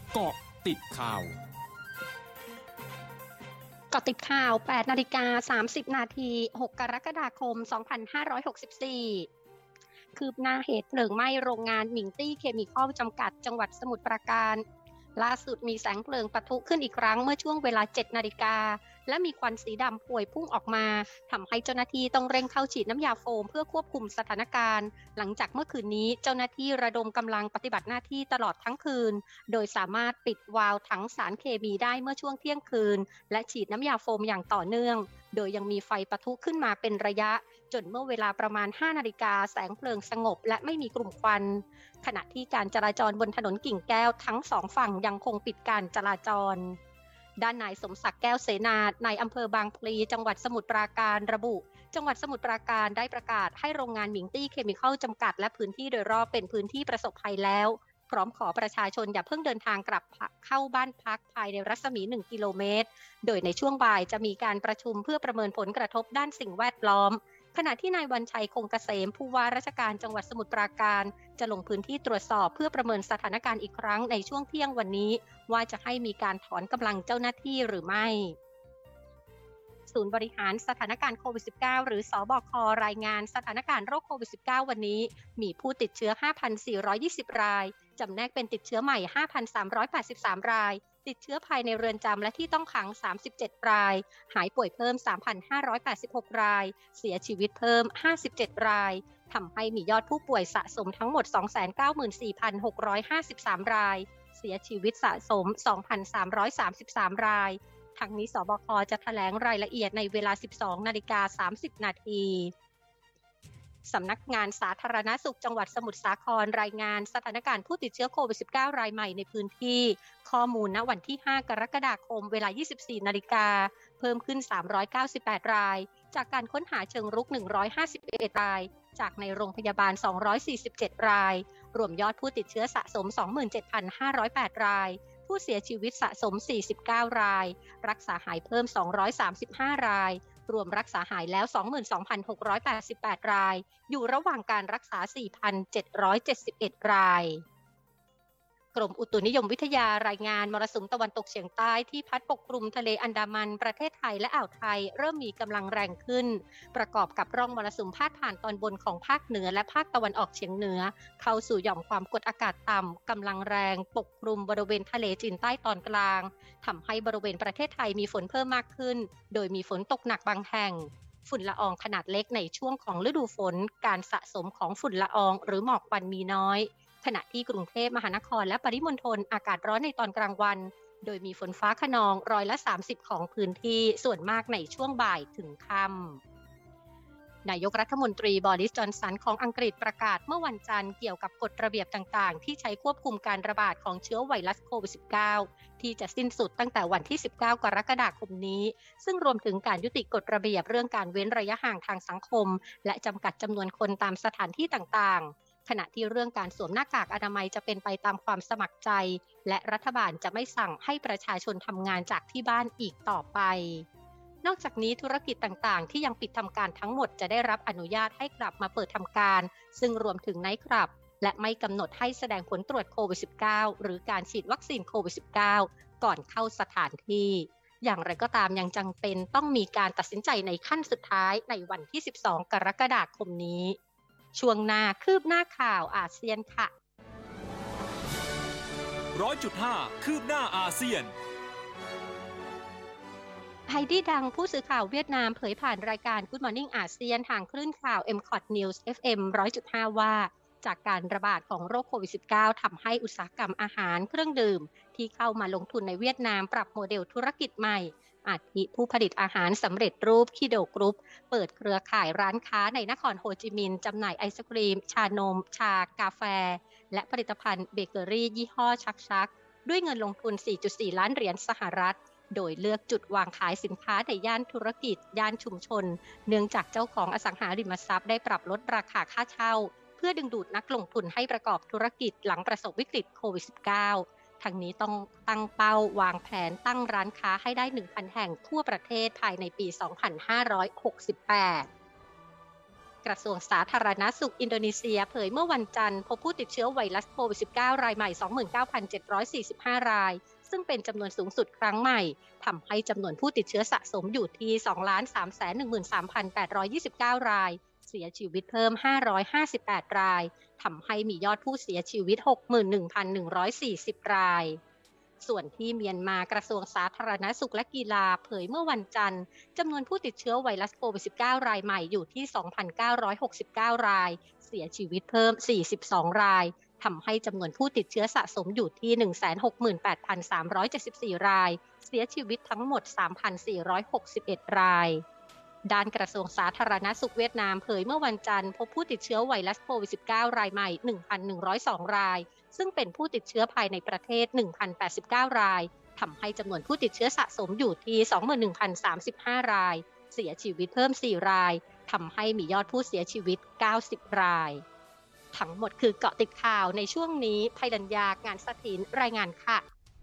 เกาะติดข่าว 8:30 น. 6 กรกฎาคม 2564 คืบหน้าเหตุเพลิงไหม้โรงงานหมิงตี้เคมีคอลจำกัดจังหวัดสมุทรปราการล่าสุดมีแสงเพลิงปะทุขึ้นอีกครั้งเมื่อช่วงเวลา 7 นาฬิกาและมีควันสีดำพวยพุ่งออกมาทำให้เจ้าหน้าที่ต้องเร่งเข้าฉีดน้ำยาโฟมเพื่อควบคุมสถานการณ์หลังจากเมื่อคืนนี้เจ้าหน้าที่ระดมกำลังปฏิบัติหน้าที่ตลอดทั้งคืนโดยสามารถปิดวาล์วถังสารเคมีได้เมื่อช่วงเที่ยงคืนและฉีดน้ำยาโฟมอย่างต่อเนื่องโดยยังมีไฟปะทุขึ้นมาเป็นระยะจนเมื่อเวลาประมาณ 5 นาฬิกาแสงเพลิงสงบและไม่มีกลุ่มควันขณะที่การจราจรบนถนนกิ่งแก้วทั้งสองฝั่งยังคงปิดการจราจรด้านนายสมศักดิ์แก้วเสนานายอำเภอบางพลีจังหวัดสมุทรปราการระบุจังหวัดสมุทรปราการได้ประกาศให้โรงงานหมิงตี้เคมีคอลจำกัดและพื้นที่โดยรอบเป็นพื้นที่ประสบภัยแล้วพร้อมขอประชาชนอย่าเพิ่งเดินทางกลับเข้าบ้านพักภายในรัศมี1 กิโลเมตรโดยในช่วงบ่ายจะมีการประชุมเพื่อประเมินผลกระทบด้านสิ่งแวดล้อมขณะที่นายวันชัยคงเกษมผู้ว่าราชการจังหวัดสมุทรปราการจะลงพื้นที่ตรวจสอบเพื่อประเมินสถานการณ์อีกครั้งในช่วงเที่ยงวันนี้ว่าจะให้มีการถอนกำลังเจ้าหน้าที่หรือไม่ศูนย์บริหารสถานการณ์โควิด -19 หรือสบครายงานสถานการณ์โรคโควิด -19 วันนี้มีผู้ติดเชื้อ 5,420 รายจำแนกเป็นติดเชื้อใหม่ 5,383 รายติดเชื้อภายในเรือนจำและที่ต้องขัง37 รายหายป่วยเพิ่ม 3,586 รายเสียชีวิตเพิ่ม57 รายทำให้มียอดผู้ป่วยสะสมทั้งหมด 294,653 รายเสียชีวิตสะสม 2,333 รายทั้งนี้สบคจะแถลงรายละเอียดในเวลา 12:30 น.สำนักงานสาธารณสุขจังหวัดสมุทรสาครรายงานสถานการณ์ผู้ติดเชื้อโควิด -19 รายใหม่ในพื้นที่ข้อมูลณวันที่ 5 กรกฎาคมเวลา 24 นาฬิกาเพิ่มขึ้น 398 รายจากการค้นหาเชิงรุก 151 รายจากในโรงพยาบาล 247 รายรวมยอดผู้ติดเชื้อสะสม 27,508 รายผู้เสียชีวิตสะสม 49 รายรักษาหายเพิ่ม 235 รายรวมรักษาหายแล้ว 22,688 รายอยู่ระหว่างการรักษา 4,771 รายกรมอุตุนิยมวิทยารายงานมรสุมตะวันตกเฉียงใต้ที่พัดปกคลุมทะเลอันดามันประเทศไทยและอ่าวไทยเริ่มมีกำลังแรงขึ้นประกอบกับร่องมรสุมพาดผ่านตอนบนของภาคเหนือและภาคตะวันออกเฉียงเหนือเข้าสู่หย่อมความกดอากาศต่ำกำลังแรงปกคลุมบริเวณทะเลจีนใต้ตอนกลางทำให้บริเวณประเทศไทยมีฝนเพิ่มมากขึ้นโดยมีฝนตกหนักบางแห่งฝุ่นละอองขนาดเล็กในช่วงของฤดูฝนการสะสมของฝุ่นละอองหรือหมอกควันมีน้อยขณะที่กรุงเทพมหานครและปริมณฑลอากาศร้อนในตอนกลางวันโดยมีฝนฟ้าคะนอง30%ของพื้นที่ส่วนมากในช่วงบ่ายถึงค่ำนายกรัฐมนตรีบอริส จอนสันของอังกฤษประกาศเมื่อวันจันทร์เกี่ยวกับกฎระเบียบต่างๆที่ใช้ควบคุมการระบาดของเชื้อไวรัสโควิด -19 ที่จะสิ้นสุดตั้งแต่วันที่ 19 กรกฎาคมนี้ซึ่งรวมถึงการยุติกฎระเบียบเรื่องการเว้นระยะห่างทางสังคมและจำกัดจำนวนคนตามสถานที่ต่างๆขณะที่เรื่องการสวมหน้ากากอนามัยจะเป็นไปตามความสมัครใจและรัฐบาลจะไม่สั่งให้ประชาชนทำงานจากที่บ้านอีกต่อไปนอกจากนี้ธุรกิจต่างๆที่ยังปิดทำการทั้งหมดจะได้รับอนุญาตให้กลับมาเปิดทำการซึ่งรวมถึงไนท์คลับและไม่กำหนดให้แสดงผลตรวจโควิด -19 หรือการฉีดวัคซีนโควิด -19 ก่อนเข้าสถานที่อย่างไรก็ตามยังจำเป็นต้องมีการตัดสินใจในขั้นสุดท้ายในวันที่ 12 กรกฎาคมนี้ช่วงหน้าคืบหน้าข่าวอาเซียนค่ะ 100.5 คืบหน้าอาเซียนไฮดี้ดังผู้สื่อข่าวเวียดนามเผยผ่านรายการ Good Morning อาเซียนทางคลื่นข่าว MCOT News FM 100.5 ว่าจากการระบาดของโรคโควิด -19 ทำให้อุตสาหกรรมอาหารเครื่องดื่มที่เข้ามาลงทุนในเวียดนามปรับโมเดลธุรกิจใหม่อาทิผู้ผลิตอาหารสำเร็จรูปคิโดกรุ๊ปเปิดเครือข่ายร้านค้าในนครโฮจิมินห์จำหน่ายไอศกรีมชานมชากาแฟและผลิตภัณฑ์เบเกอรี่ยี่ห้อชักด้วยเงินลงทุน 4.4 ล้านเหรียญสหรัฐโดยเลือกจุดวางขายสินค้าในย่านธุรกิจย่านชุมชนเนื่องจากเจ้าของอสังหาริมทรัพย์ได้ปรับลดราคาค่าเช่าเพื่อดึงดูดนักลงทุนให้ประกอบธุรกิจหลังประสบวิกฤตโควิด -19 ทั้งนี้ต้องตั้งเป้าวางแผนตั้งร้านค้าให้ได้ 1,000 แห่งทั่วประเทศภายในปี 2568 กระทรวงสาธารณสุขอินโดนีเซียเผยเมื่อวันจันทร์พบผู้ติดเชื้อไวรัสโควิด -19 รายใหม่ 29,745 รายซึ่งเป็นจำนวนสูงสุดครั้งใหม่ทำให้จำนวนผู้ติดเชื้อสะสมอยู่ที่ 2,313,829 รายเสียชีวิตเพิ่ม558รายทำให้มียอดผู้เสียชีวิต 61,140 รายส่วนที่เมียนมากระทรวงสาธารณสุขและกีฬาเผยเมื่อวันจันทร์จำนวนผู้ติดเชื้อไวรัสโควิด -19 รายใหม่อยู่ที่ 2,969 รายเสียชีวิตเพิ่ม42รายทำให้จำนวนผู้ติดเชื้อสะสมอยู่ที่ 168,374 รายเสียชีวิตทั้งหมด 3,461 รายด้านกระทรวงสาธารณสุขเวียดนามเผยเมื่อวันจันทร์พบผู้ติดเชื้อไวรัสโควิด -19 รายใหม่ 1,102 รายซึ่งเป็นผู้ติดเชื้อภายในประเทศ 1,089 รายทำให้จำนวนผู้ติดเชื้อสะสมอยู่ที่ 21,035 รายเสียชีวิตเพิ่ม4รายทำให้มียอดผู้เสียชีวิต90รายทั้งหมดคือเกาะติดข่าวในช่วงนี้ภัยดัญญางานสถินรายงานค่ะ